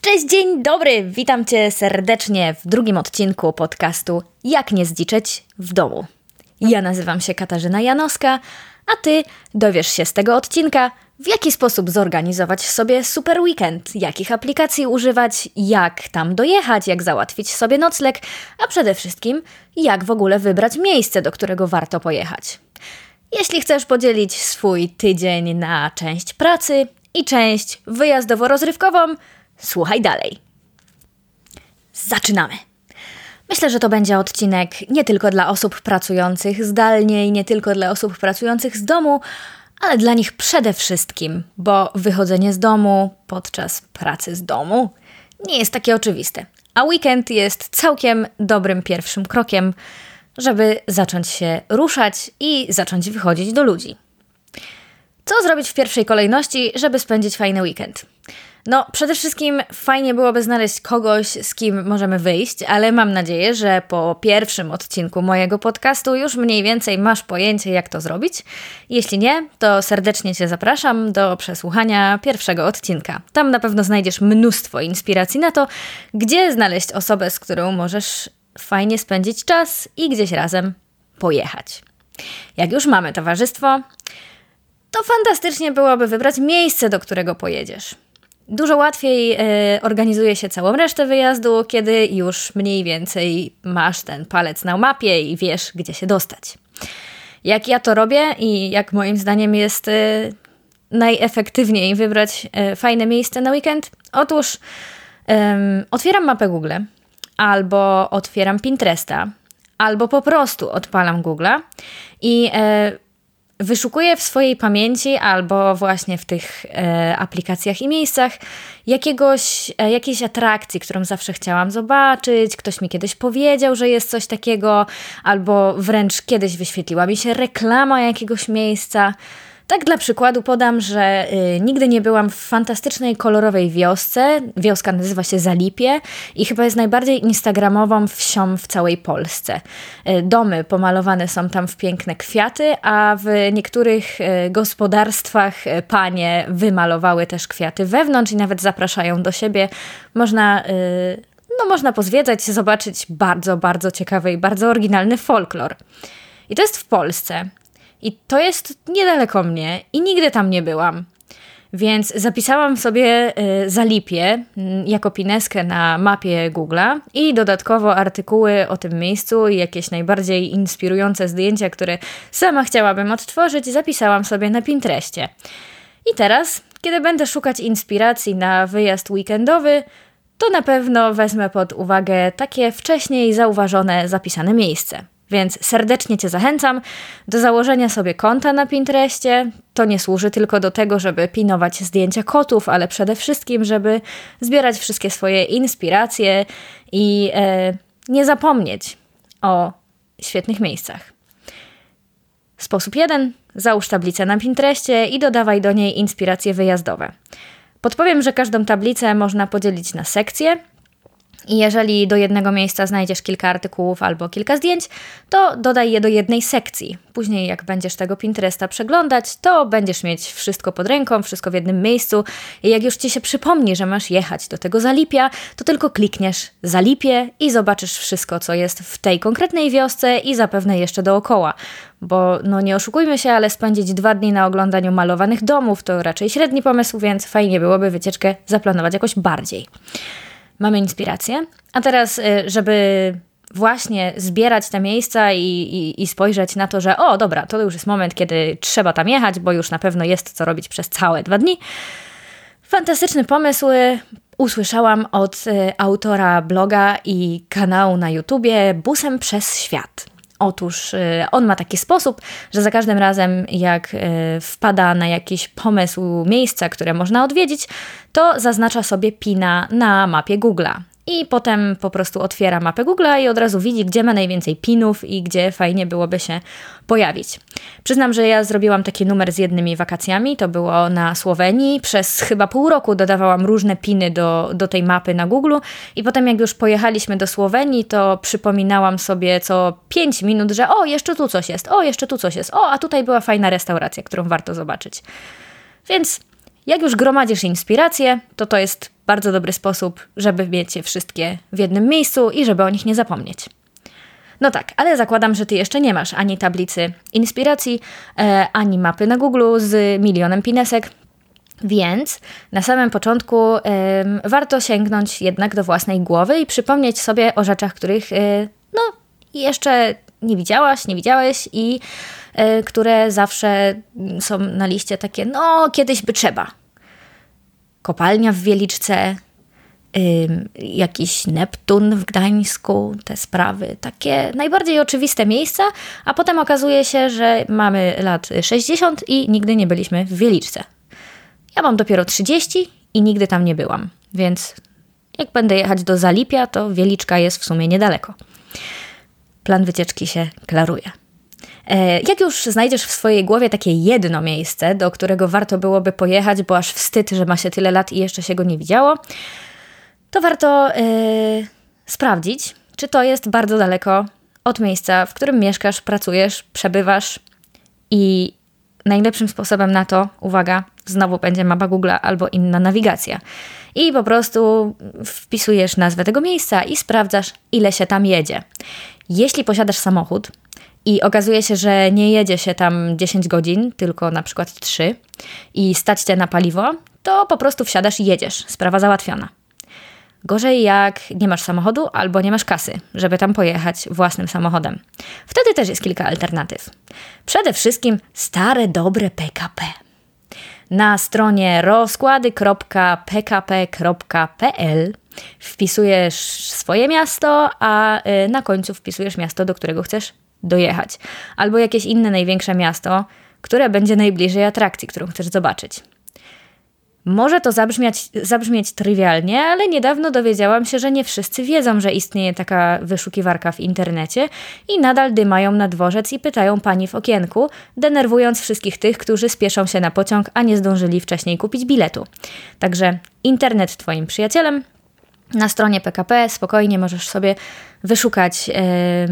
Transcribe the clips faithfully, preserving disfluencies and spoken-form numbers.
Cześć, dzień dobry! Witam Cię serdecznie w drugim odcinku podcastu Jak nie zdziczeć w domu. Ja nazywam się Katarzyna Janowska, a Ty dowiesz się z tego odcinka, w jaki sposób zorganizować sobie super weekend, jakich aplikacji używać, jak tam dojechać, jak załatwić sobie nocleg, a przede wszystkim jak w ogóle wybrać miejsce, do którego warto pojechać. Jeśli chcesz podzielić swój tydzień na część pracy i część wyjazdowo-rozrywkową, słuchaj dalej. Zaczynamy! Myślę, że to będzie odcinek nie tylko dla osób pracujących zdalnie i nie tylko dla osób pracujących z domu, ale dla nich przede wszystkim, bo wychodzenie z domu podczas pracy z domu nie jest takie oczywiste. A weekend jest całkiem dobrym pierwszym krokiem, żeby zacząć się ruszać i zacząć wychodzić do ludzi. Co zrobić w pierwszej kolejności, żeby spędzić fajny weekend? No, przede wszystkim fajnie byłoby znaleźć kogoś, z kim możemy wyjść, ale mam nadzieję, że po pierwszym odcinku mojego podcastu już mniej więcej masz pojęcie, jak to zrobić. Jeśli nie, to serdecznie Cię zapraszam do przesłuchania pierwszego odcinka. Tam na pewno znajdziesz mnóstwo inspiracji na to, gdzie znaleźć osobę, z którą możesz fajnie spędzić czas i gdzieś razem pojechać. Jak już mamy towarzystwo, to fantastycznie byłoby wybrać miejsce, do którego pojedziesz. Dużo łatwiej y, organizuje się całą resztę wyjazdu, kiedy już mniej więcej masz ten palec na mapie i wiesz, gdzie się dostać. Jak ja to robię i jak moim zdaniem jest y, najefektywniej wybrać y, fajne miejsce na weekend? Otóż y, otwieram mapę Google, albo otwieram Pinteresta, albo po prostu odpalam Google'a i y, wyszukuję w swojej pamięci albo właśnie w tych e, aplikacjach i miejscach jakiegoś, e, jakiejś atrakcji, którą zawsze chciałam zobaczyć. Ktoś mi kiedyś powiedział, że jest coś takiego, albo wręcz kiedyś wyświetliła mi się reklama jakiegoś miejsca. Tak dla przykładu podam, że y, nigdy nie byłam w fantastycznej, kolorowej wiosce. Wioska nazywa się Zalipie i chyba jest najbardziej instagramową wsią w całej Polsce. Y, domy pomalowane są tam w piękne kwiaty, a w niektórych y, gospodarstwach y, panie wymalowały też kwiaty wewnątrz i nawet zapraszają do siebie. Można... Y, no, można pozwiedzać, zobaczyć bardzo, bardzo ciekawy i bardzo oryginalny folklor. I to jest w Polsce. I to jest niedaleko mnie i nigdy tam nie byłam. Więc zapisałam sobie y, Zalipie y, jako pineskę na mapie Google'a i dodatkowo artykuły o tym miejscu i jakieś najbardziej inspirujące zdjęcia, które sama chciałabym odtworzyć, zapisałam sobie na Pinterestie. I teraz, kiedy będę szukać inspiracji na wyjazd weekendowy, to na pewno wezmę pod uwagę takie wcześniej zauważone, zapisane miejsce. Więc serdecznie Cię zachęcam do założenia sobie konta na Pinterestie. To nie służy tylko do tego, żeby pinować zdjęcia kotów, ale przede wszystkim, żeby zbierać wszystkie swoje inspiracje i e, nie zapomnieć o świetnych miejscach. Sposób jeden. Załóż tablicę na Pinterestie i dodawaj do niej inspiracje wyjazdowe. Podpowiem, że każdą tablicę można podzielić na sekcje. I jeżeli do jednego miejsca znajdziesz kilka artykułów albo kilka zdjęć, to dodaj je do jednej sekcji. Później jak będziesz tego Pinteresta przeglądać, to będziesz mieć wszystko pod ręką, wszystko w jednym miejscu. I jak już Ci się przypomni, że masz jechać do tego Zalipia, to tylko klikniesz Zalipie i zobaczysz wszystko, co jest w tej konkretnej wiosce i zapewne jeszcze dookoła. Bo no nie oszukujmy się, ale spędzić dwa dni na oglądaniu malowanych domów to raczej średni pomysł, więc fajnie byłoby wycieczkę zaplanować jakoś bardziej. Mamy inspirację, a teraz, żeby właśnie zbierać te miejsca i, i, i spojrzeć na to, że o dobra, to już jest moment, kiedy trzeba tam jechać, bo już na pewno jest co robić przez całe dwa dni. Fantastyczny pomysł usłyszałam od autora bloga i kanału na YouTubie Busem przez świat. Otóż on ma taki sposób, że za każdym razem jak wpada na jakiś pomysł miejsca, które można odwiedzić, to zaznacza sobie pina na mapie Google'a. I potem po prostu otwiera mapę Google'a i od razu widzi, gdzie ma najwięcej pinów i gdzie fajnie byłoby się pojawić. Przyznam, że ja zrobiłam taki numer z jednymi wakacjami, to było na Słowenii. Przez chyba pół roku dodawałam różne piny do, do tej mapy na Google'u i potem jak już pojechaliśmy do Słowenii, to przypominałam sobie co pięć minut, że o, jeszcze tu coś jest, o, jeszcze tu coś jest, o, a tutaj była fajna restauracja, którą warto zobaczyć. Więc Jak już gromadzisz inspiracje, to to jest bardzo dobry sposób, żeby mieć je wszystkie w jednym miejscu i żeby o nich nie zapomnieć. No tak, ale zakładam, że ty jeszcze nie masz ani tablicy inspiracji, e, ani mapy na Google z milionem pinesek, więc na samym początku e, warto sięgnąć jednak do własnej głowy i przypomnieć sobie o rzeczach, których e, no, jeszcze nie widziałaś, nie widziałeś i e, które zawsze są na liście takie, no kiedyś by trzeba. Kopalnia w Wieliczce, jakiś Neptun w Gdańsku, te sprawy, takie najbardziej oczywiste miejsca, a potem okazuje się, że mamy lat sześćdziesiąt i nigdy nie byliśmy w Wieliczce. Ja mam dopiero trzydzieści i nigdy tam nie byłam, więc jak będę jechać do Zalipia, to Wieliczka jest w sumie niedaleko. Plan wycieczki się klaruje. Jak już znajdziesz w swojej głowie takie jedno miejsce, do którego warto byłoby pojechać, bo aż wstyd, że ma się tyle lat i jeszcze się go nie widziało, to warto yy, sprawdzić, czy to jest bardzo daleko od miejsca, w którym mieszkasz, pracujesz, przebywasz i najlepszym sposobem na to, uwaga, znowu będzie mapa Google'a albo inna nawigacja. I po prostu wpisujesz nazwę tego miejsca i sprawdzasz, ile się tam jedzie. Jeśli posiadasz samochód i okazuje się, że nie jedzie się tam dziesięć godzin, tylko na przykład trzy i stać cię na paliwo, to po prostu wsiadasz i jedziesz. Sprawa załatwiona. Gorzej jak nie masz samochodu albo nie masz kasy, żeby tam pojechać własnym samochodem. Wtedy też jest kilka alternatyw. Przede wszystkim stare, dobre P K P. Na stronie rozkłady kropka p k p kropka p l wpisujesz swoje miasto, a na końcu wpisujesz miasto, do którego chcesz dojechać. Albo jakieś inne największe miasto, które będzie najbliżej atrakcji, którą chcesz zobaczyć. Może to zabrzmieć, zabrzmieć trywialnie, ale niedawno dowiedziałam się, że nie wszyscy wiedzą, że istnieje taka wyszukiwarka w internecie i nadal dymają na dworzec i pytają pani w okienku, denerwując wszystkich tych, którzy spieszą się na pociąg, a nie zdążyli wcześniej kupić biletu. Także internet twoim przyjacielem. Na stronie P K P spokojnie możesz sobie wyszukać Yy,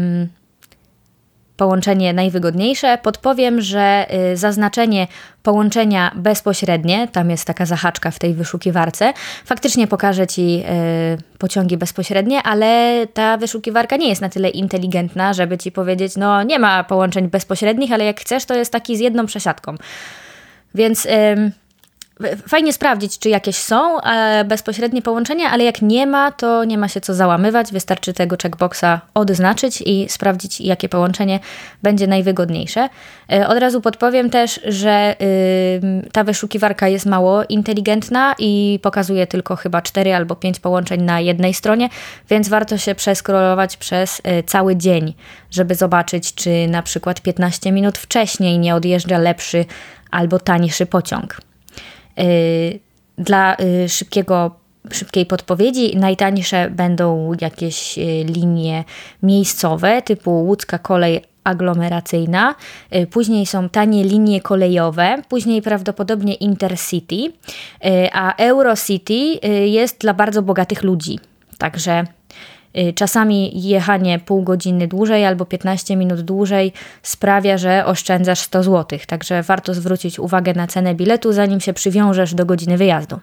połączenie najwygodniejsze. Podpowiem, że y, zaznaczenie połączenia bezpośrednie, tam jest taka zahaczka w tej wyszukiwarce, faktycznie pokaże ci y, pociągi bezpośrednie, ale ta wyszukiwarka nie jest na tyle inteligentna, żeby ci powiedzieć, no nie ma połączeń bezpośrednich, ale jak chcesz, to jest taki z jedną przesiadką. Więc y, fajnie sprawdzić, czy jakieś są e, bezpośrednie połączenia, ale jak nie ma, to nie ma się co załamywać. Wystarczy tego checkboxa odznaczyć i sprawdzić, jakie połączenie będzie najwygodniejsze. E, od razu podpowiem też, że y, ta wyszukiwarka jest mało inteligentna i pokazuje tylko chyba cztery albo pięć połączeń na jednej stronie, więc warto się przeskrolować przez y, cały dzień, żeby zobaczyć, czy na przykład piętnaście minut wcześniej nie odjeżdża lepszy albo tańszy pociąg. Dla szybkiego, szybkiej podpowiedzi najtańsze będą jakieś linie miejscowe typu łódzka kolej aglomeracyjna, później są tanie linie kolejowe, później prawdopodobnie Intercity, a Eurocity jest dla bardzo bogatych ludzi, także czasami jechanie pół godziny dłużej albo piętnaście minut dłużej sprawia, że oszczędzasz sto złotych. Także warto zwrócić uwagę na cenę biletu, zanim się przywiążesz do godziny wyjazdu.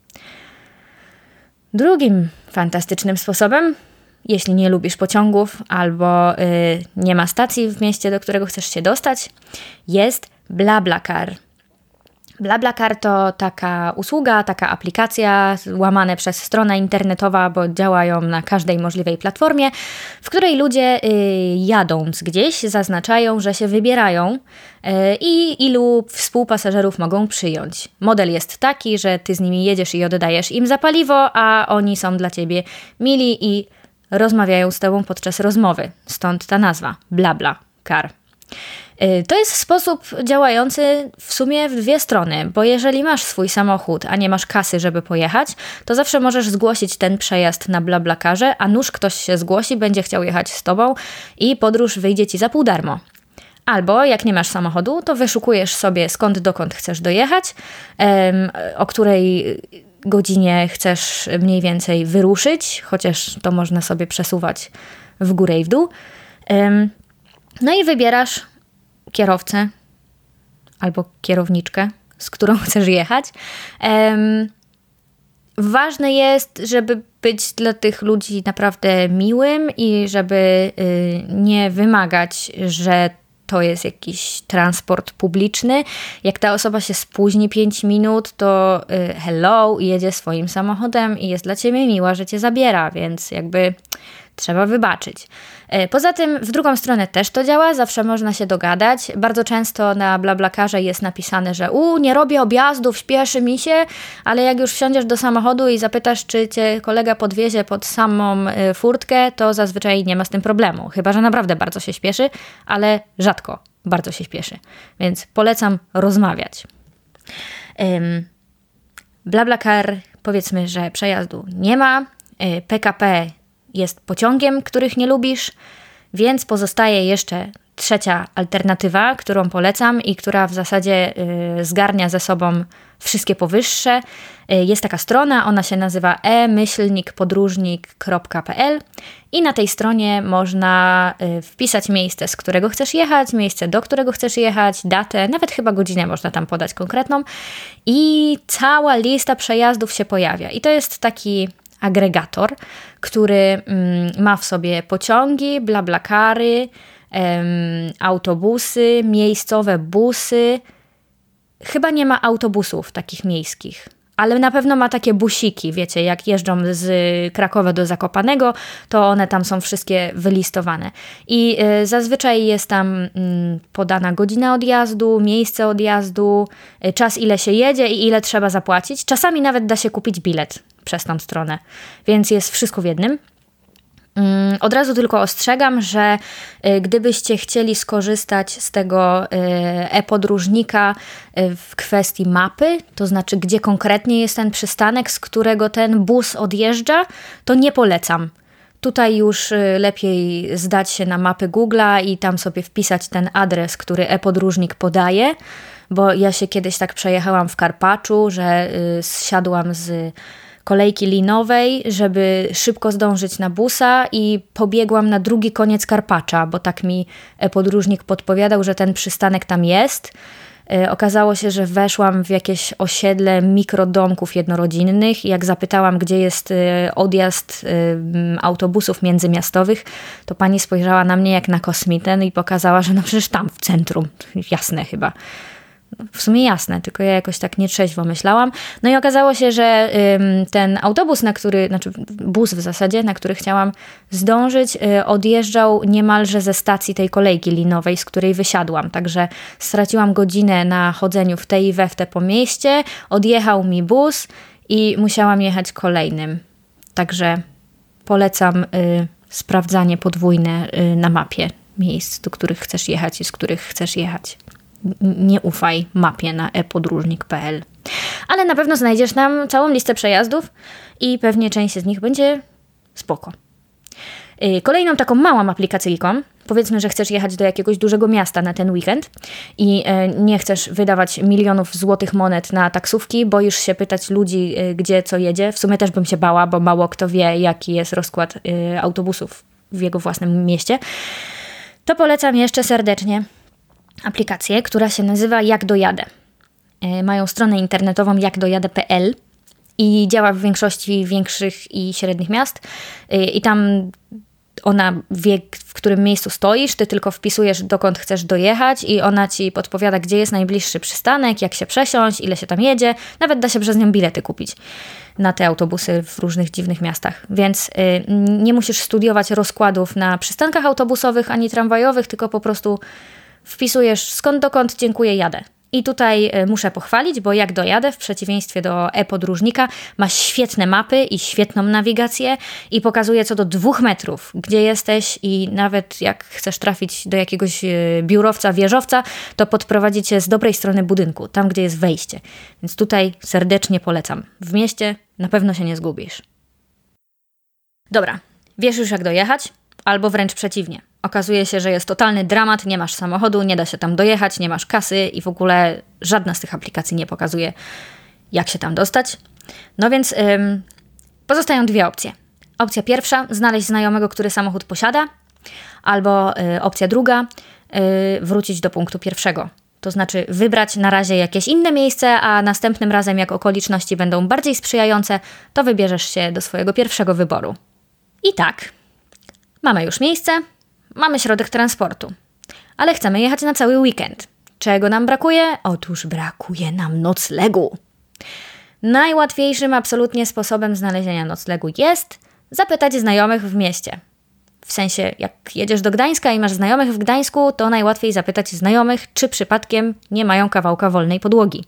Drugim fantastycznym sposobem, jeśli nie lubisz pociągów albo yy, nie ma stacji w mieście, do którego chcesz się dostać, jest BlaBlaCar. BlaBlaCar to taka usługa, taka aplikacja łamane przez strona internetowa, bo działają na każdej możliwej platformie, w której ludzie y, jadąc gdzieś zaznaczają, że się wybierają y, i ilu współpasażerów mogą przyjąć. Model jest taki, że ty z nimi jedziesz i oddajesz im za paliwo, a oni są dla ciebie mili i rozmawiają z tobą podczas rozmowy. Stąd ta nazwa BlaBlaCar. To jest sposób działający w sumie w dwie strony, bo jeżeli masz swój samochód, a nie masz kasy, żeby pojechać, to zawsze możesz zgłosić ten przejazd na BlaBlaCarze, a nuż ktoś się zgłosi, będzie chciał jechać z tobą i podróż wyjdzie ci za pół darmo. Albo jak nie masz samochodu, to wyszukujesz sobie skąd dokąd chcesz dojechać, o której godzinie chcesz mniej więcej wyruszyć, chociaż to można sobie przesuwać w górę i w dół. No i wybierasz kierowcę albo kierowniczkę, z którą chcesz jechać. Um, ważne jest, żeby być dla tych ludzi naprawdę miłym i żeby y, nie wymagać, że to jest jakiś transport publiczny. Jak ta osoba się spóźni pięć minut, to y, hello, i jedzie swoim samochodem i jest dla ciebie miła, że cię zabiera, więc jakby trzeba wybaczyć. Poza tym w drugą stronę też to działa, zawsze można się dogadać. Bardzo często na BlaBlaCarze jest napisane, że u, nie robię objazdów, śpieszy mi się, ale jak już wsiądziesz do samochodu i zapytasz, czy cię kolega podwiezie pod samą furtkę, to zazwyczaj nie ma z tym problemu. Chyba że naprawdę bardzo się śpieszy, ale rzadko bardzo się śpieszy. Więc polecam rozmawiać. Um, BlaBlaCar, powiedzmy, że przejazdu nie ma. P K P jest pociągiem, których nie lubisz, więc pozostaje jeszcze trzecia alternatywa, którą polecam i która w zasadzie y, zgarnia ze sobą wszystkie powyższe. Y, jest taka strona, ona się nazywa e myślnik podróżnik kropka p l i na tej stronie można y, wpisać miejsce, z którego chcesz jechać, miejsce, do którego chcesz jechać, datę, nawet chyba godzinę można tam podać konkretną i cała lista przejazdów się pojawia. I to jest taki agregator, który mm, ma w sobie pociągi, BlaBlaCary, em, autobusy, miejscowe busy. Chyba nie ma autobusów takich miejskich, ale na pewno ma takie busiki, wiecie, jak jeżdżą z Krakowa do Zakopanego, to one tam są wszystkie wylistowane. I y, zazwyczaj jest tam y, podana godzina odjazdu, miejsce odjazdu, y, czas ile się jedzie i ile trzeba zapłacić. Czasami nawet da się kupić bilet przez tą stronę, więc jest wszystko w jednym. Od razu tylko ostrzegam, że gdybyście chcieli skorzystać z tego e-podróżnika w kwestii mapy, to znaczy gdzie konkretnie jest ten przystanek, z którego ten bus odjeżdża, to nie polecam. Tutaj już lepiej zdać się na mapy Google'a i tam sobie wpisać ten adres, który e-podróżnik podaje, bo ja się kiedyś tak przejechałam w Karpaczu, że zsiadłam z kolejki linowej, żeby szybko zdążyć na busa i pobiegłam na drugi koniec Karpacza, bo tak mi podróżnik podpowiadał, że ten przystanek tam jest. Okazało się, że weszłam w jakieś osiedle mikrodomków jednorodzinnych i jak zapytałam, gdzie jest odjazd autobusów międzymiastowych, to pani spojrzała na mnie jak na kosmitę i pokazała, że no przecież tam w centrum. Jasne chyba. W sumie jasne, tylko ja jakoś tak nietrzeźwo myślałam. No i okazało się, że ym, ten autobus, na który, znaczy bus w zasadzie, na który chciałam zdążyć, y, odjeżdżał niemalże ze stacji tej kolejki linowej, z której wysiadłam. Także straciłam godzinę na chodzeniu w te i we w te po mieście, odjechał mi bus i musiałam jechać kolejnym. Także polecam y, sprawdzanie podwójne y, na mapie miejsc, do których chcesz jechać i z których chcesz jechać. Nie ufaj mapie na e podróżnik kropka p l. Ale na pewno znajdziesz tam całą listę przejazdów i pewnie część z nich będzie spoko. Kolejną taką małą aplikacyjką, powiedzmy, że chcesz jechać do jakiegoś dużego miasta na ten weekend i nie chcesz wydawać milionów złotych monet na taksówki, boisz się pytać ludzi, gdzie co jedzie. W sumie też bym się bała, bo mało kto wie, jaki jest rozkład autobusów w jego własnym mieście. To polecam jeszcze serdecznie aplikację, która się nazywa Jak Dojadę. Mają stronę internetową jak dojadę kropka p l i działa w większości większych i średnich miast. I tam ona wie, w którym miejscu stoisz, ty tylko wpisujesz, dokąd chcesz dojechać i ona ci podpowiada, gdzie jest najbliższy przystanek, jak się przesiąść, ile się tam jedzie. Nawet da się przez nią bilety kupić na te autobusy w różnych dziwnych miastach. Więc y, nie musisz studiować rozkładów na przystankach autobusowych ani tramwajowych, tylko po prostu wpisujesz skąd dokąd, dziękuję, jadę. I tutaj muszę pochwalić, bo Jak Dojadę, w przeciwieństwie do e-podróżnika, ma świetne mapy i świetną nawigację i pokazuje co do dwóch metrów, gdzie jesteś i nawet jak chcesz trafić do jakiegoś biurowca, wieżowca, to podprowadzi cię z dobrej strony budynku, tam gdzie jest wejście. Więc tutaj serdecznie polecam. W mieście na pewno się nie zgubisz. Dobra, wiesz już jak dojechać? Albo wręcz przeciwnie. Okazuje się, że jest totalny dramat, nie masz samochodu, nie da się tam dojechać, nie masz kasy i w ogóle żadna z tych aplikacji nie pokazuje, jak się tam dostać. No więc ym, pozostają dwie opcje. Opcja pierwsza, znaleźć znajomego, który samochód posiada, albo y, opcja druga, y, wrócić do punktu pierwszego. To znaczy wybrać na razie jakieś inne miejsce, a następnym razem, jak okoliczności będą bardziej sprzyjające, to wybierzesz się do swojego pierwszego wyboru. I tak, mamy już miejsce, mamy środek transportu, ale chcemy jechać na cały weekend. Czego nam brakuje? Otóż brakuje nam noclegu. Najłatwiejszym absolutnie sposobem znalezienia noclegu jest zapytać znajomych w mieście. W sensie, jak jedziesz do Gdańska i masz znajomych w Gdańsku, to najłatwiej zapytać znajomych, czy przypadkiem nie mają kawałka wolnej podłogi.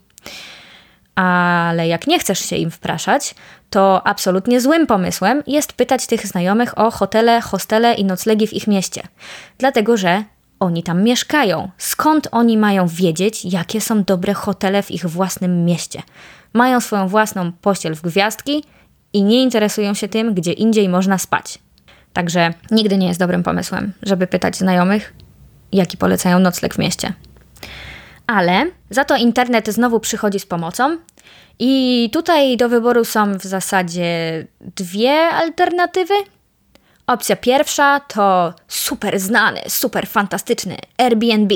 Ale jak nie chcesz się im wpraszać, to absolutnie złym pomysłem jest pytać tych znajomych o hotele, hostele i noclegi w ich mieście. Dlatego, że oni tam mieszkają. Skąd oni mają wiedzieć, jakie są dobre hotele w ich własnym mieście? Mają swoją własną pościel w gwiazdki i nie interesują się tym, gdzie indziej można spać. Także nigdy nie jest dobrym pomysłem, żeby pytać znajomych, jaki polecają nocleg w mieście. Ale za to internet znowu przychodzi z pomocą i tutaj do wyboru są w zasadzie dwie alternatywy. Opcja pierwsza to super znany, super fantastyczny Airbnb,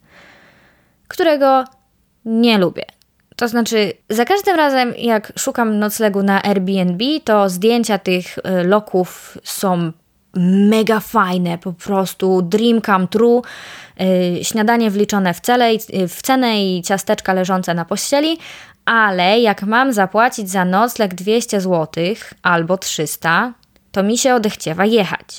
którego nie lubię. To znaczy, za każdym razem jak szukam noclegu na Airbnb, to zdjęcia tych loków są mega fajne, po prostu dream come true, yy, śniadanie wliczone w, cele, w cenę i ciasteczka leżące na pościeli, ale jak mam zapłacić za nocleg dwieście złotych albo trzysta, to mi się odechciewa jechać.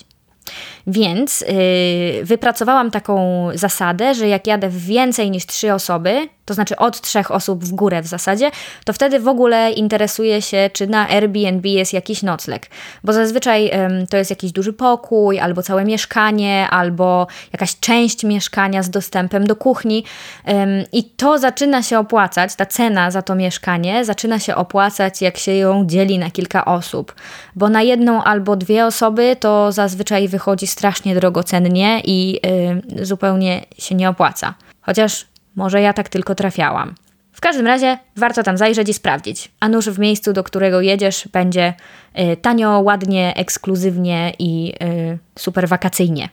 Więc yy, wypracowałam taką zasadę, że jak jadę w więcej niż trzy osoby, to znaczy od trzech osób w górę w zasadzie, to wtedy w ogóle interesuję się, czy na Airbnb jest jakiś nocleg. Bo zazwyczaj yy, to jest jakiś duży pokój, albo całe mieszkanie, albo jakaś część mieszkania z dostępem do kuchni. Yy, I to zaczyna się opłacać, ta cena za to mieszkanie zaczyna się opłacać, jak się ją dzieli na kilka osób. Bo na jedną albo dwie osoby to zazwyczaj wychodzi strasznie drogocennie i yy, zupełnie się nie opłaca. Chociaż może ja tak tylko trafiałam. W każdym razie warto tam zajrzeć i sprawdzić. A nuż w miejscu, do którego jedziesz, będzie yy, tanio, ładnie, ekskluzywnie i yy, super wakacyjnie.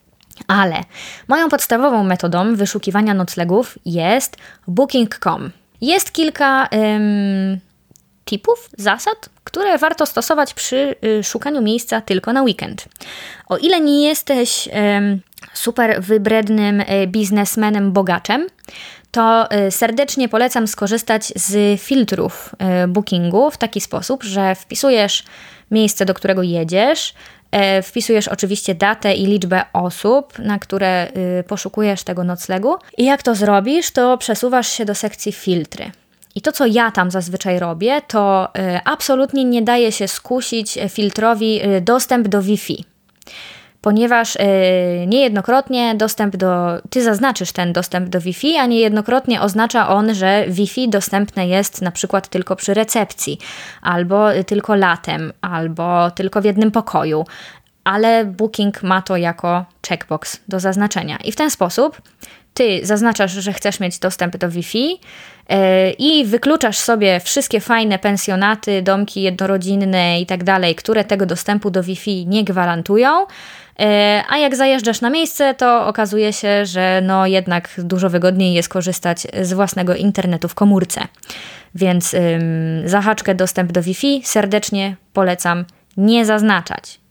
Ale moją podstawową metodą wyszukiwania noclegów jest booking kropka com. Jest kilka Yy, tipów, zasad, które warto stosować przy y, szukaniu miejsca tylko na weekend. O ile nie jesteś y, super wybrednym y, biznesmenem, bogaczem, to y, serdecznie polecam skorzystać z filtrów y, bookingu w taki sposób, że wpisujesz miejsce, do którego jedziesz, y, wpisujesz oczywiście datę i liczbę osób, na które y, poszukujesz tego noclegu i jak to zrobisz, to przesuwasz się do sekcji filtry. I to, co ja tam zazwyczaj robię, to y, absolutnie nie daje się skusić filtrowi y, dostęp do Wi-Fi. Ponieważ y, niejednokrotnie dostęp do... Ty zaznaczysz ten dostęp do Wi-Fi, a niejednokrotnie oznacza on, że Wi-Fi dostępne jest na przykład tylko przy recepcji, albo y, tylko latem, albo tylko w jednym pokoju. Ale Booking ma to jako checkbox do zaznaczenia. I w ten sposób ty zaznaczasz, że chcesz mieć dostęp do Wi-Fi yy, i wykluczasz sobie wszystkie fajne pensjonaty, domki jednorodzinne i tak dalej, które tego dostępu do Wi-Fi nie gwarantują. Yy, a jak zajeżdżasz na miejsce, to okazuje się, że no jednak dużo wygodniej jest korzystać z własnego internetu w komórce. Więc yy, zahaczkę dostęp do Wi-Fi serdecznie polecam nie zaznaczać.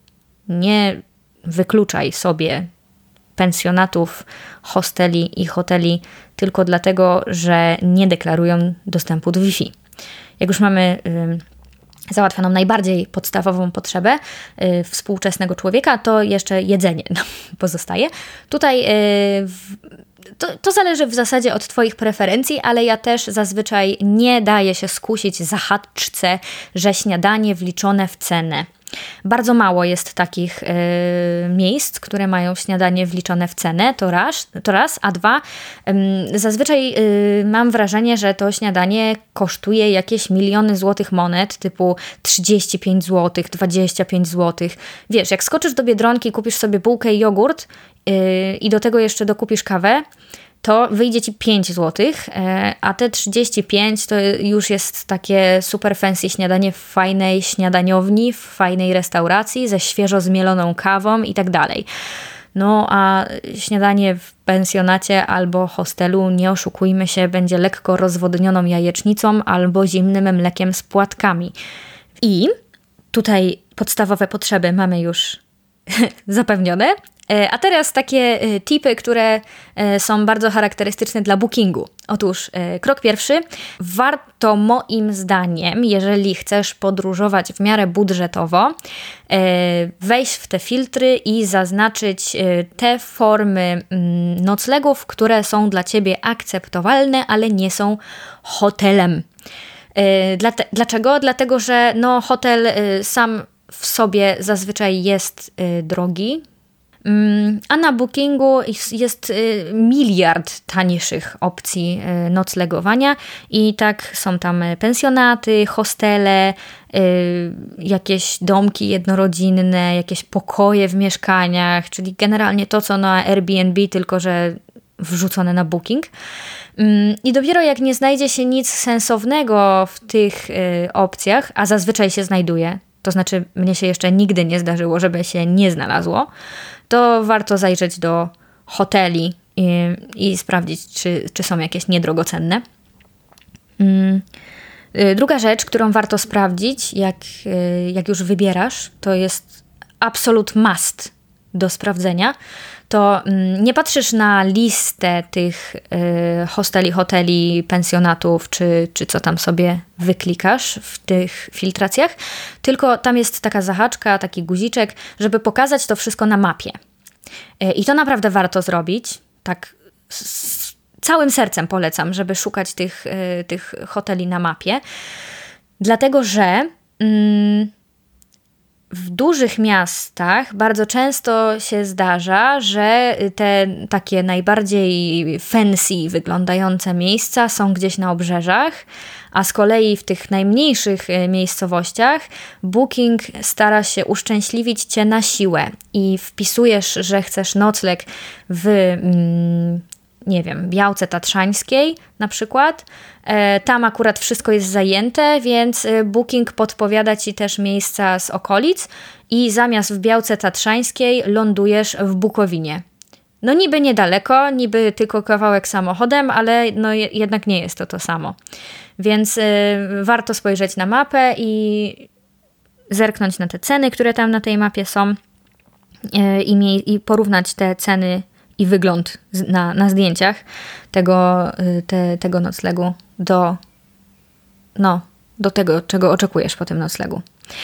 Nie wykluczaj sobie pensjonatów, hosteli i hoteli tylko dlatego, że nie deklarują dostępu do Wi-Fi. Jak już mamy y, załatwioną najbardziej podstawową potrzebę y, współczesnego człowieka, to jeszcze jedzenie nam pozostaje. Tutaj y, w, to, to zależy w zasadzie od twoich preferencji, ale ja też zazwyczaj nie daję się skusić zahaczce, że śniadanie wliczone w cenę. Bardzo mało jest takich y, miejsc, które mają śniadanie wliczone w cenę, to raz, to raz a dwa, y, zazwyczaj y, mam wrażenie, że to śniadanie kosztuje jakieś miliony złotych monet, typu trzydzieści pięć złotych, dwadzieścia pięć złotych. Wiesz, jak skoczysz do Biedronki, kupisz sobie bułkę i jogurt y, i do tego jeszcze dokupisz kawę, to wyjdzie ci pięć złotych, a te trzydzieści pięć to już jest takie super fancy śniadanie w fajnej śniadaniowni, w fajnej restauracji, ze świeżo zmieloną kawą i tak dalej. No a śniadanie w pensjonacie albo hostelu, nie oszukujmy się, będzie lekko rozwodnioną jajecznicą albo zimnym mlekiem z płatkami. I tutaj podstawowe potrzeby mamy już zapewnione. A teraz takie tipy, które są bardzo charakterystyczne dla bookingu. Otóż krok pierwszy. Warto moim zdaniem, jeżeli chcesz podróżować w miarę budżetowo, wejść w te filtry i zaznaczyć te formy noclegów, które są dla Ciebie akceptowalne, ale nie są hotelem. Dlaczego? Dlatego, że no, hotel sam w sobie zazwyczaj jest drogi, a na bookingu jest miliard tańszych opcji noclegowania i tak są tam pensjonaty, hostele, jakieś domki jednorodzinne, jakieś pokoje w mieszkaniach, czyli generalnie to, co na Airbnb, tylko że wrzucone na booking. I dopiero jak nie znajdzie się nic sensownego w tych opcjach, a zazwyczaj się znajduje, to znaczy mnie się jeszcze nigdy nie zdarzyło, żeby się nie znalazło, to warto zajrzeć do hoteli i, i sprawdzić, czy, czy są jakieś niedrogocenne. Druga rzecz, którą warto sprawdzić, jak, jak już wybierasz, to jest absolute must do sprawdzenia, to nie patrzysz na listę tych hosteli, hoteli, pensjonatów, czy, czy co tam sobie wyklikasz w tych filtracjach, tylko tam jest taka zahaczka, taki guziczek, żeby pokazać to wszystko na mapie. I to naprawdę warto zrobić, tak z całym sercem polecam, żeby szukać tych, tych hoteli na mapie, dlatego że mm, w dużych miastach bardzo często się zdarza, że te takie najbardziej fancy wyglądające miejsca są gdzieś na obrzeżach, a z kolei w tych najmniejszych miejscowościach Booking stara się uszczęśliwić Cię na siłę i wpisujesz, że chcesz nocleg w mm, nie wiem, Białce Tatrzańskiej na przykład. Tam akurat wszystko jest zajęte, więc Booking podpowiada Ci też miejsca z okolic i zamiast w Białce Tatrzańskiej lądujesz w Bukowinie. No niby niedaleko, niby tylko kawałek samochodem, ale no jednak nie jest to to samo. Więc y, warto spojrzeć na mapę i zerknąć na te ceny, które tam na tej mapie są y, i, mie- i porównać te ceny i wygląd na, na zdjęciach tego, te, tego noclegu do, no, do tego, czego oczekujesz po tym noclegu.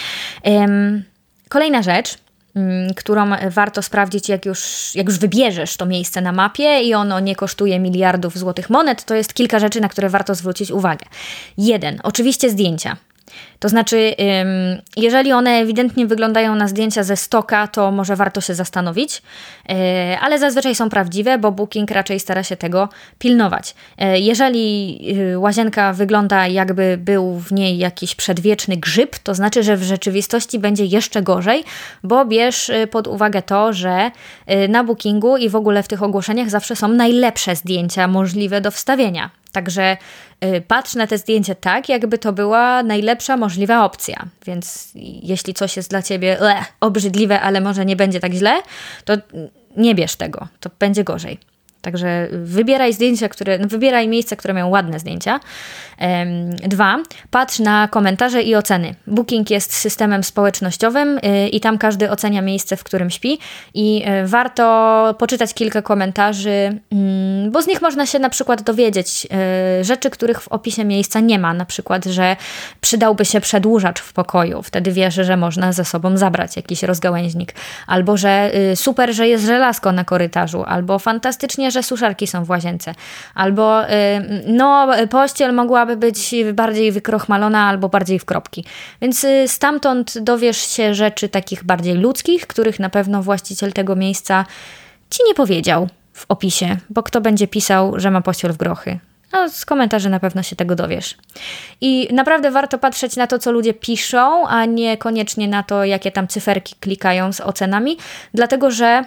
Um, kolejna rzecz, um, którą warto sprawdzić, jak już, jak już wybierzesz to miejsce na mapie i ono nie kosztuje miliardów złotych monet, to jest kilka rzeczy, na które warto zwrócić uwagę. Jeden, oczywiście zdjęcia. To znaczy, jeżeli one ewidentnie wyglądają na zdjęcia ze stoka, to może warto się zastanowić, ale zazwyczaj są prawdziwe, bo Booking raczej stara się tego pilnować. Jeżeli łazienka wygląda, jakby był w niej jakiś przedwieczny grzyb, to znaczy, że w rzeczywistości będzie jeszcze gorzej, bo bierz pod uwagę to, że na Bookingu i w ogóle w tych ogłoszeniach zawsze są najlepsze zdjęcia możliwe do wstawienia. Także y, patrz na te zdjęcie tak, jakby to była najlepsza możliwa opcja. Więc jeśli coś jest dla Ciebie le, obrzydliwe, ale może nie będzie tak źle, to nie bierz tego, to będzie gorzej. Także wybieraj zdjęcia, które, wybieraj miejsca, które mają ładne zdjęcia. Ehm, dwa, patrz na komentarze i oceny. Booking jest systemem społecznościowym yy, i tam każdy ocenia miejsce, w którym śpi i yy, warto poczytać kilka komentarzy, yy, bo z nich można się na przykład dowiedzieć yy, rzeczy, których w opisie miejsca nie ma. Na przykład, że przydałby się przedłużacz w pokoju. Wtedy wiesz, że można ze sobą zabrać jakiś rozgałęźnik. Albo, że yy, super, że jest żelazko na korytarzu. Albo fantastycznie, że suszarki są w łazience. Albo yy, no pościel mogłaby być bardziej wykrochmalona albo bardziej w kropki. Więc yy, stamtąd dowiesz się rzeczy takich bardziej ludzkich, których na pewno właściciel tego miejsca Ci nie powiedział w opisie, bo kto będzie pisał, że ma pościel w grochy? No, z komentarzy na pewno się tego dowiesz. I naprawdę warto patrzeć na to, co ludzie piszą, a nie koniecznie na to, jakie tam cyferki klikają z ocenami, dlatego że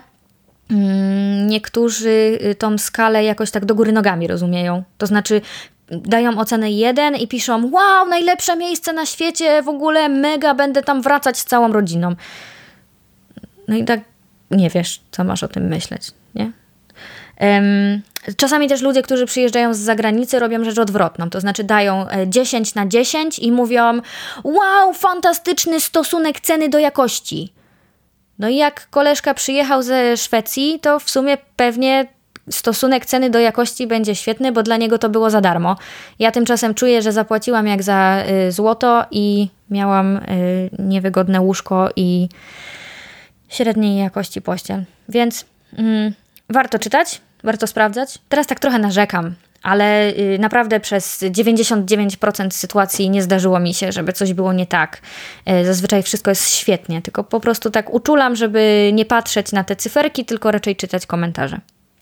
niektórzy tą skalę jakoś tak do góry nogami rozumieją. To znaczy dają ocenę jeden i piszą: wow, najlepsze miejsce na świecie, w ogóle mega, będę tam wracać z całą rodziną. No i tak nie wiesz, co masz o tym myśleć, nie? Um, czasami też ludzie, którzy przyjeżdżają z zagranicy, robią rzecz odwrotną, to znaczy dają dziesięć na dziesięć i mówią: wow, fantastyczny stosunek ceny do jakości. No i jak koleżka przyjechał ze Szwecji, to w sumie pewnie stosunek ceny do jakości będzie świetny, bo dla niego to było za darmo. Ja tymczasem czuję, że zapłaciłam jak za y, złoto i miałam y, niewygodne łóżko i średniej jakości pościel. Więc mm, warto czytać, warto sprawdzać. Teraz tak trochę narzekam, ale y, naprawdę przez dziewięćdziesiąt dziewięć procent sytuacji nie zdarzyło mi się, żeby coś było nie tak. Y, zazwyczaj wszystko jest świetnie, tylko po prostu tak uczulam, żeby nie patrzeć na te cyferki, tylko raczej czytać komentarze.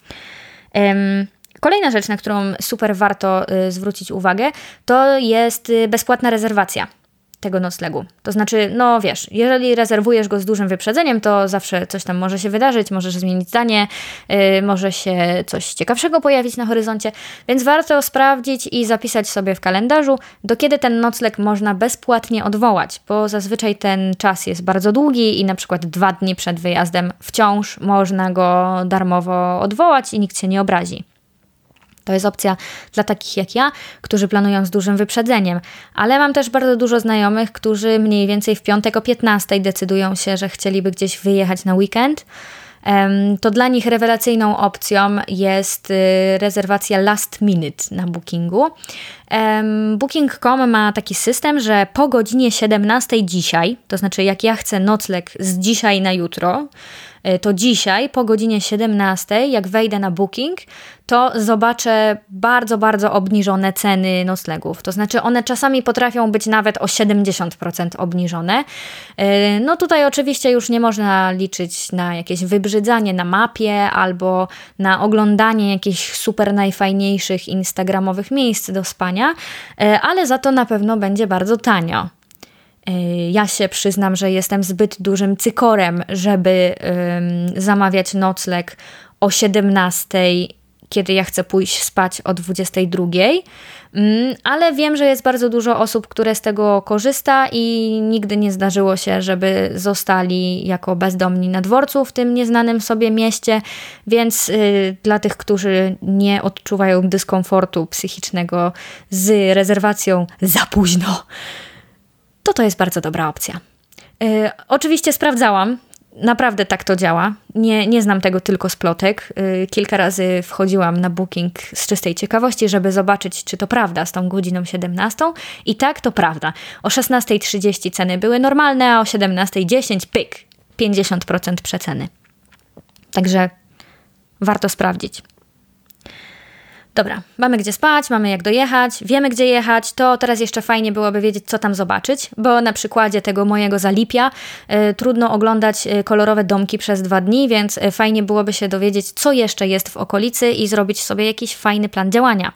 Ym, kolejna rzecz, na którą super warto y, zwrócić uwagę, to jest y, bezpłatna rezerwacja tego noclegu. To znaczy, no wiesz, jeżeli rezerwujesz go z dużym wyprzedzeniem, to zawsze coś tam może się wydarzyć, możesz zmienić zdanie, yy, może się coś ciekawszego pojawić na horyzoncie, więc warto sprawdzić i zapisać sobie w kalendarzu, do kiedy ten nocleg można bezpłatnie odwołać, bo zazwyczaj ten czas jest bardzo długi i na przykład dwa dni przed wyjazdem wciąż można go darmowo odwołać i nikt się nie obrazi. To jest opcja dla takich jak ja, którzy planują z dużym wyprzedzeniem. Ale mam też bardzo dużo znajomych, którzy mniej więcej w piątek o piętnastej decydują się, że chcieliby gdzieś wyjechać na weekend. To dla nich rewelacyjną opcją jest rezerwacja last minute na Bookingu. booking kropka com ma taki system, że po godzinie siedemnastej dzisiaj, to znaczy jak ja chcę nocleg z dzisiaj na jutro, to dzisiaj po godzinie siedemnastej, jak wejdę na Booking, to zobaczę bardzo, bardzo obniżone ceny noclegów. To znaczy one czasami potrafią być nawet o siedemdziesiąt procent obniżone. No tutaj oczywiście już nie można liczyć na jakieś wybrzydzanie na mapie albo na oglądanie jakichś super najfajniejszych instagramowych miejsc do spania, ale za to na pewno będzie bardzo tanio. Ja się przyznam, że jestem zbyt dużym cykorem, żeby um, zamawiać nocleg o siedemnastej, kiedy ja chcę pójść spać o dwudziestej drugiej, um, ale wiem, że jest bardzo dużo osób, które z tego korzysta i nigdy nie zdarzyło się, żeby zostali jako bezdomni na dworcu w tym nieznanym sobie mieście, więc y, dla tych, którzy nie odczuwają dyskomfortu psychicznego z rezerwacją za późno, to to jest bardzo dobra opcja. Yy, oczywiście sprawdzałam, naprawdę tak to działa. Nie, nie znam tego tylko z plotek. Yy, kilka razy wchodziłam na Booking z czystej ciekawości, żeby zobaczyć, czy to prawda z tą godziną siedemnastą. I tak, to prawda. O szesnastej trzydzieści ceny były normalne, a o siedemnastej dziesięć pyk, pięćdziesiąt procent przeceny. Także warto sprawdzić. Dobra, mamy gdzie spać, mamy jak dojechać, wiemy gdzie jechać, to teraz jeszcze fajnie byłoby wiedzieć, co tam zobaczyć, bo na przykładzie tego mojego Zalipia y, trudno oglądać y, kolorowe domki przez dwa dni, więc y, fajnie byłoby się dowiedzieć, co jeszcze jest w okolicy i zrobić sobie jakiś fajny plan działania.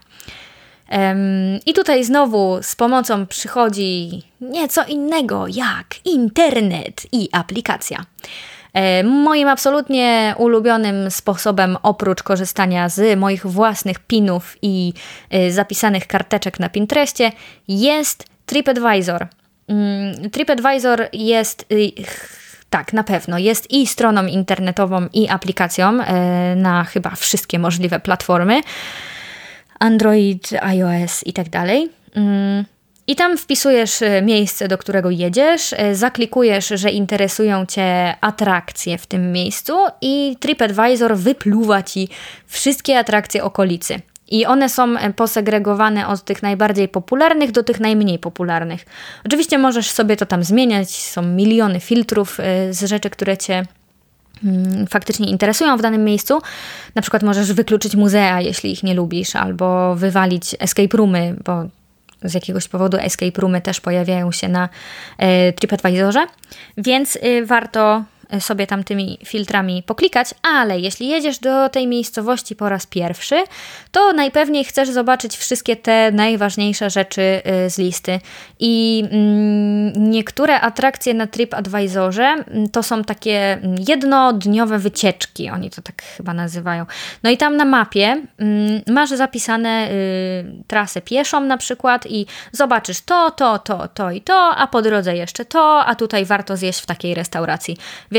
Ym, I tutaj znowu z pomocą przychodzi nieco innego jak internet i aplikacja. Moim absolutnie ulubionym sposobem, oprócz korzystania z moich własnych pinów i zapisanych karteczek na Pinterestie, jest TripAdvisor. TripAdvisor jest, tak, na pewno, jest i stroną internetową, i aplikacją na chyba wszystkie możliwe platformy, Android, iOS i tak dalej. I tam wpisujesz miejsce, do którego jedziesz, zaklikujesz, że interesują Cię atrakcje w tym miejscu i TripAdvisor wypluwa Ci wszystkie atrakcje okolicy. I one są posegregowane od tych najbardziej popularnych do tych najmniej popularnych. Oczywiście możesz sobie to tam zmieniać, są miliony filtrów z rzeczy, które Cię faktycznie interesują w danym miejscu. Na przykład możesz wykluczyć muzea, jeśli ich nie lubisz, albo wywalić escape roomy, bo z jakiegoś powodu escape roomy też pojawiają się na e, TripAdvisorze, więc y, warto sobie tam tymi filtrami poklikać, ale jeśli jedziesz do tej miejscowości po raz pierwszy, to najpewniej chcesz zobaczyć wszystkie te najważniejsze rzeczy z listy. I mm, niektóre atrakcje na TripAdvisorze to są takie jednodniowe wycieczki, oni to tak chyba nazywają. No i tam na mapie mm, masz zapisane y, trasę pieszą na przykład i zobaczysz to, to, to, to i to, a po drodze jeszcze to, a tutaj warto zjeść w takiej restauracji. Więc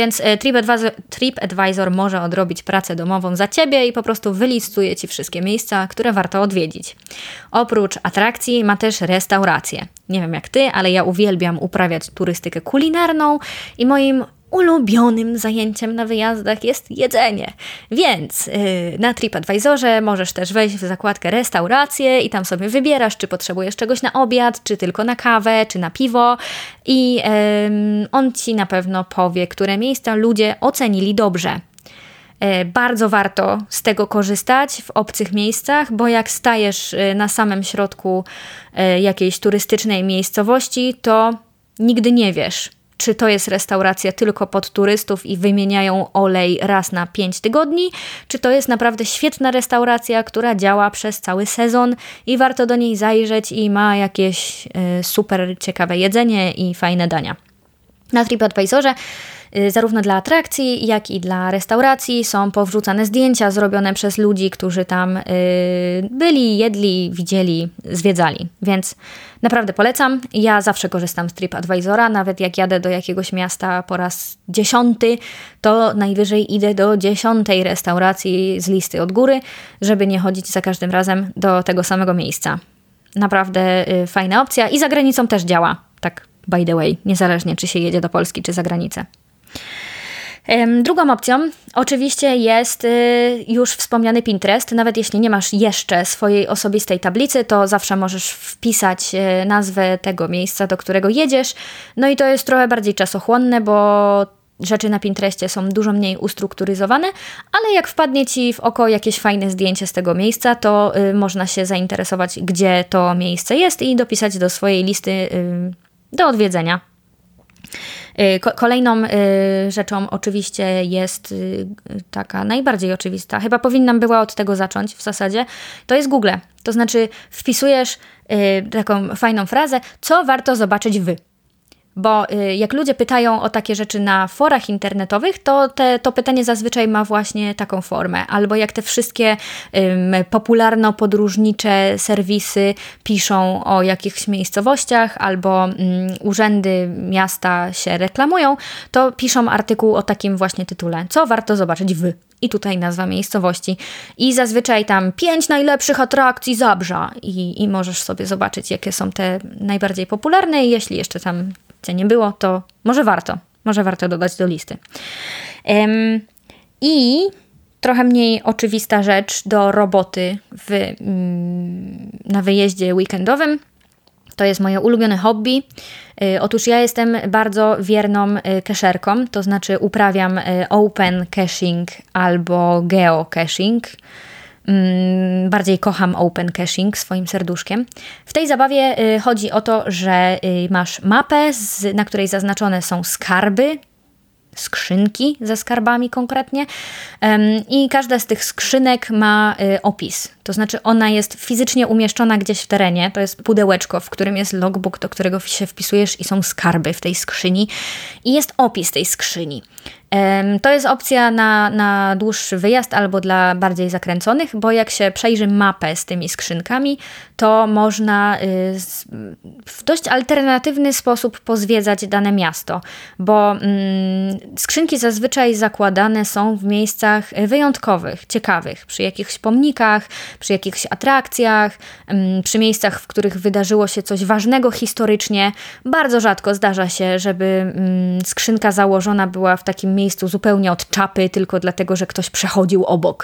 Więc TripAdvisor, TripAdvisor może odrobić pracę domową za Ciebie i po prostu wylistuje Ci wszystkie miejsca, które warto odwiedzić. Oprócz atrakcji ma też restauracje. Nie wiem jak Ty, ale ja uwielbiam uprawiać turystykę kulinarną i moim ulubionym zajęciem na wyjazdach jest jedzenie. Więc yy, na TripAdvisorze możesz też wejść w zakładkę restauracje i tam sobie wybierasz, czy potrzebujesz czegoś na obiad, czy tylko na kawę, czy na piwo i yy, on Ci na pewno powie, które miejsca ludzie ocenili dobrze. Yy, bardzo warto z tego korzystać w obcych miejscach, bo jak stajesz yy, na samym środku yy, jakiejś turystycznej miejscowości, to nigdy nie wiesz, czy to jest restauracja tylko pod turystów i wymieniają olej raz na pięć tygodni, czy to jest naprawdę świetna restauracja, która działa przez cały sezon i warto do niej zajrzeć i ma jakieś y, super ciekawe jedzenie i fajne dania. Na TripAdvisorze y, zarówno dla atrakcji, jak i dla restauracji są powrzucane zdjęcia zrobione przez ludzi, którzy tam y, byli, jedli, widzieli, zwiedzali. Więc naprawdę polecam. Ja zawsze korzystam z TripAdvisora, nawet jak jadę do jakiegoś miasta po raz dziesiąty, to najwyżej idę do dziesiątej restauracji z listy od góry, żeby nie chodzić za każdym razem do tego samego miejsca. Naprawdę y, fajna opcja i za granicą też działa, tak by the way, niezależnie czy się jedzie do Polski, czy za granicę. Drugą opcją oczywiście jest już wspomniany Pinterest. Nawet jeśli nie masz jeszcze swojej osobistej tablicy, to zawsze możesz wpisać nazwę tego miejsca, do którego jedziesz. No i to jest trochę bardziej czasochłonne, bo rzeczy na Pinterestie są dużo mniej ustrukturyzowane, ale jak wpadnie Ci w oko jakieś fajne zdjęcie z tego miejsca, to można się zainteresować, gdzie to miejsce jest i dopisać do swojej listy do odwiedzenia. Kolejną rzeczą oczywiście jest taka najbardziej oczywista, chyba powinnam była od tego zacząć w zasadzie, to jest Google. To znaczy wpisujesz taką fajną frazę, co warto zobaczyć wy. Bo jak ludzie pytają o takie rzeczy na forach internetowych, to te, to pytanie zazwyczaj ma właśnie taką formę. Albo jak te wszystkie um, popularno-podróżnicze serwisy piszą o jakichś miejscowościach, albo um, urzędy miasta się reklamują, to piszą artykuł o takim właśnie tytule. Co warto zobaczyć wy? I tutaj nazwa miejscowości. I zazwyczaj tam pięć najlepszych atrakcji Zabrza. I, I możesz sobie zobaczyć, jakie są te najbardziej popularne i jeśli jeszcze tam Cię nie było, to może warto. Może warto dodać do listy. Um, I trochę mniej oczywista rzecz do roboty w, um, na wyjeździe weekendowym. To jest moje ulubione hobby. Yy, otóż ja jestem bardzo wierną yy, cacherką, to znaczy uprawiam yy, open caching albo geocaching. Yy, bardziej kocham open caching swoim serduszkiem. W tej zabawie yy, chodzi o to, że yy, masz mapę, z, na której zaznaczone są skarby, skrzynki ze skarbami konkretnie um, i każda z tych skrzynek ma y, opis. To znaczy ona jest fizycznie umieszczona gdzieś w terenie. To jest pudełeczko, w którym jest logbook, do którego się wpisujesz i są skarby w tej skrzyni i jest opis tej skrzyni. Um, to jest opcja na, na dłuższy wyjazd albo dla bardziej zakręconych, bo jak się przejrzy mapę z tymi skrzynkami, to można y, z, w dość alternatywny sposób pozwiedzać dane miasto, bo y, skrzynki zazwyczaj zakładane są w miejscach wyjątkowych, ciekawych, przy jakichś pomnikach, przy jakichś atrakcjach, y, przy miejscach, w których wydarzyło się coś ważnego historycznie. Bardzo rzadko zdarza się, żeby y, skrzynka założona była w takim miejscu zupełnie od czapy, tylko dlatego, że ktoś przechodził obok.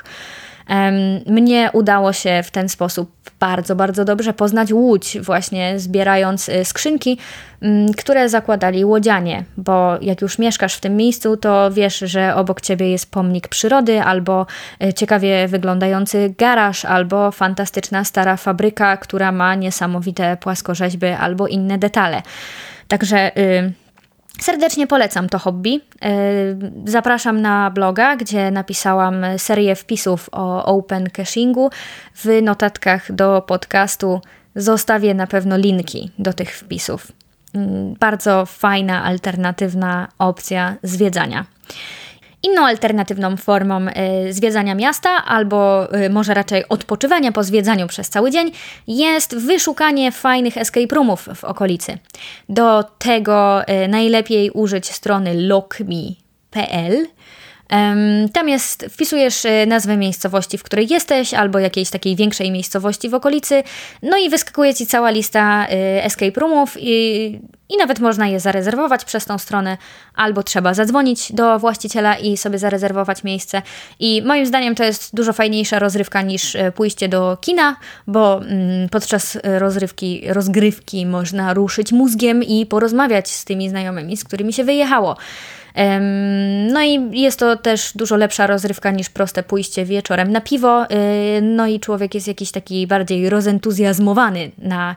Mnie udało się w ten sposób bardzo, bardzo dobrze poznać Łódź, właśnie zbierając skrzynki, które zakładali łodzianie, bo jak już mieszkasz w tym miejscu, to wiesz, że obok ciebie jest pomnik przyrody, albo ciekawie wyglądający garaż, albo fantastyczna stara fabryka, która ma niesamowite płaskorzeźby albo inne detale. Także Yy, serdecznie polecam to hobby. Zapraszam na bloga, gdzie napisałam serię wpisów o open cachingu. W notatkach do podcastu zostawię na pewno linki do tych wpisów. Bardzo fajna, alternatywna opcja zwiedzania. Inną alternatywną formą y, zwiedzania miasta, albo y, może raczej odpoczywania po zwiedzaniu przez cały dzień, jest wyszukanie fajnych escape roomów w okolicy. Do tego y, najlepiej użyć strony LokMe kropka p l. Tam jest, wpisujesz nazwę miejscowości, w której jesteś, albo jakiejś takiej większej miejscowości w okolicy, no i wyskakuje Ci cała lista escape roomów i, i nawet można je zarezerwować przez tą stronę, albo trzeba zadzwonić do właściciela i sobie zarezerwować miejsce. I moim zdaniem to jest dużo fajniejsza rozrywka niż pójście do kina, bo podczas rozrywki, rozgrywki można ruszyć mózgiem i porozmawiać z tymi znajomymi, z którymi się wyjechało. No i jest to też dużo lepsza rozrywka niż proste pójście wieczorem na piwo, no i człowiek jest jakiś taki bardziej rozentuzjazmowany na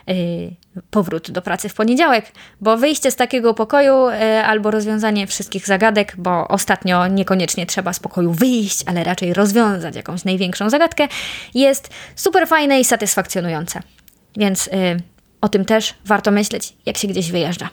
powrót do pracy w poniedziałek, bo wyjście z takiego pokoju albo rozwiązanie wszystkich zagadek, bo ostatnio niekoniecznie trzeba z pokoju wyjść, ale raczej rozwiązać jakąś największą zagadkę, jest super fajne i satysfakcjonujące. Więc o tym też warto myśleć, jak się gdzieś wyjeżdża.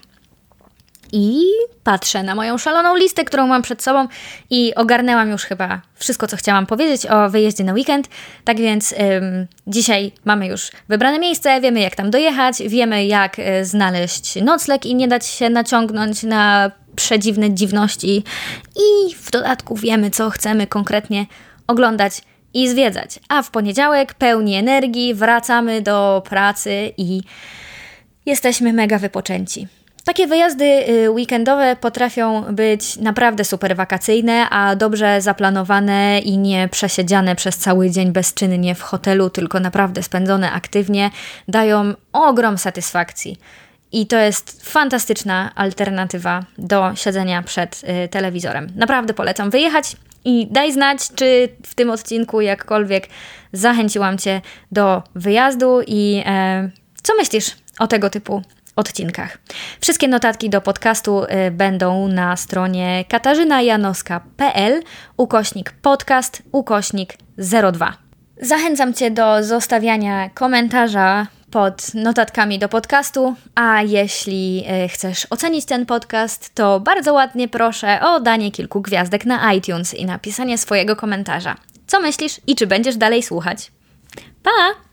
I patrzę na moją szaloną listę, którą mam przed sobą i ogarnęłam już chyba wszystko, co chciałam powiedzieć o wyjeździe na weekend. Tak więc ym, dzisiaj mamy już wybrane miejsce, wiemy jak tam dojechać, wiemy jak y, znaleźć nocleg i nie dać się naciągnąć na przedziwne dziwności i w dodatku wiemy, co chcemy konkretnie oglądać i zwiedzać. A w poniedziałek pełni energii wracamy do pracy i jesteśmy mega wypoczęci. Takie wyjazdy weekendowe potrafią być naprawdę super wakacyjne, a dobrze zaplanowane i nie przesiedziane przez cały dzień bezczynnie w hotelu, tylko naprawdę spędzone aktywnie, dają ogrom satysfakcji. I to jest fantastyczna alternatywa do siedzenia przed y, telewizorem. Naprawdę polecam wyjechać i daj znać, czy w tym odcinku jakkolwiek zachęciłam Cię do wyjazdu i e, co myślisz o tego typu odcinkach. Wszystkie notatki do podcastu y, będą na stronie katarzynajanowska.pl ukośnik podcast ukośnik zero dwa. Zachęcam Cię do zostawiania komentarza pod notatkami do podcastu, a jeśli y, chcesz ocenić ten podcast, to bardzo ładnie proszę o danie kilku gwiazdek na iTunes i napisanie swojego komentarza. Co myślisz i czy będziesz dalej słuchać? Pa!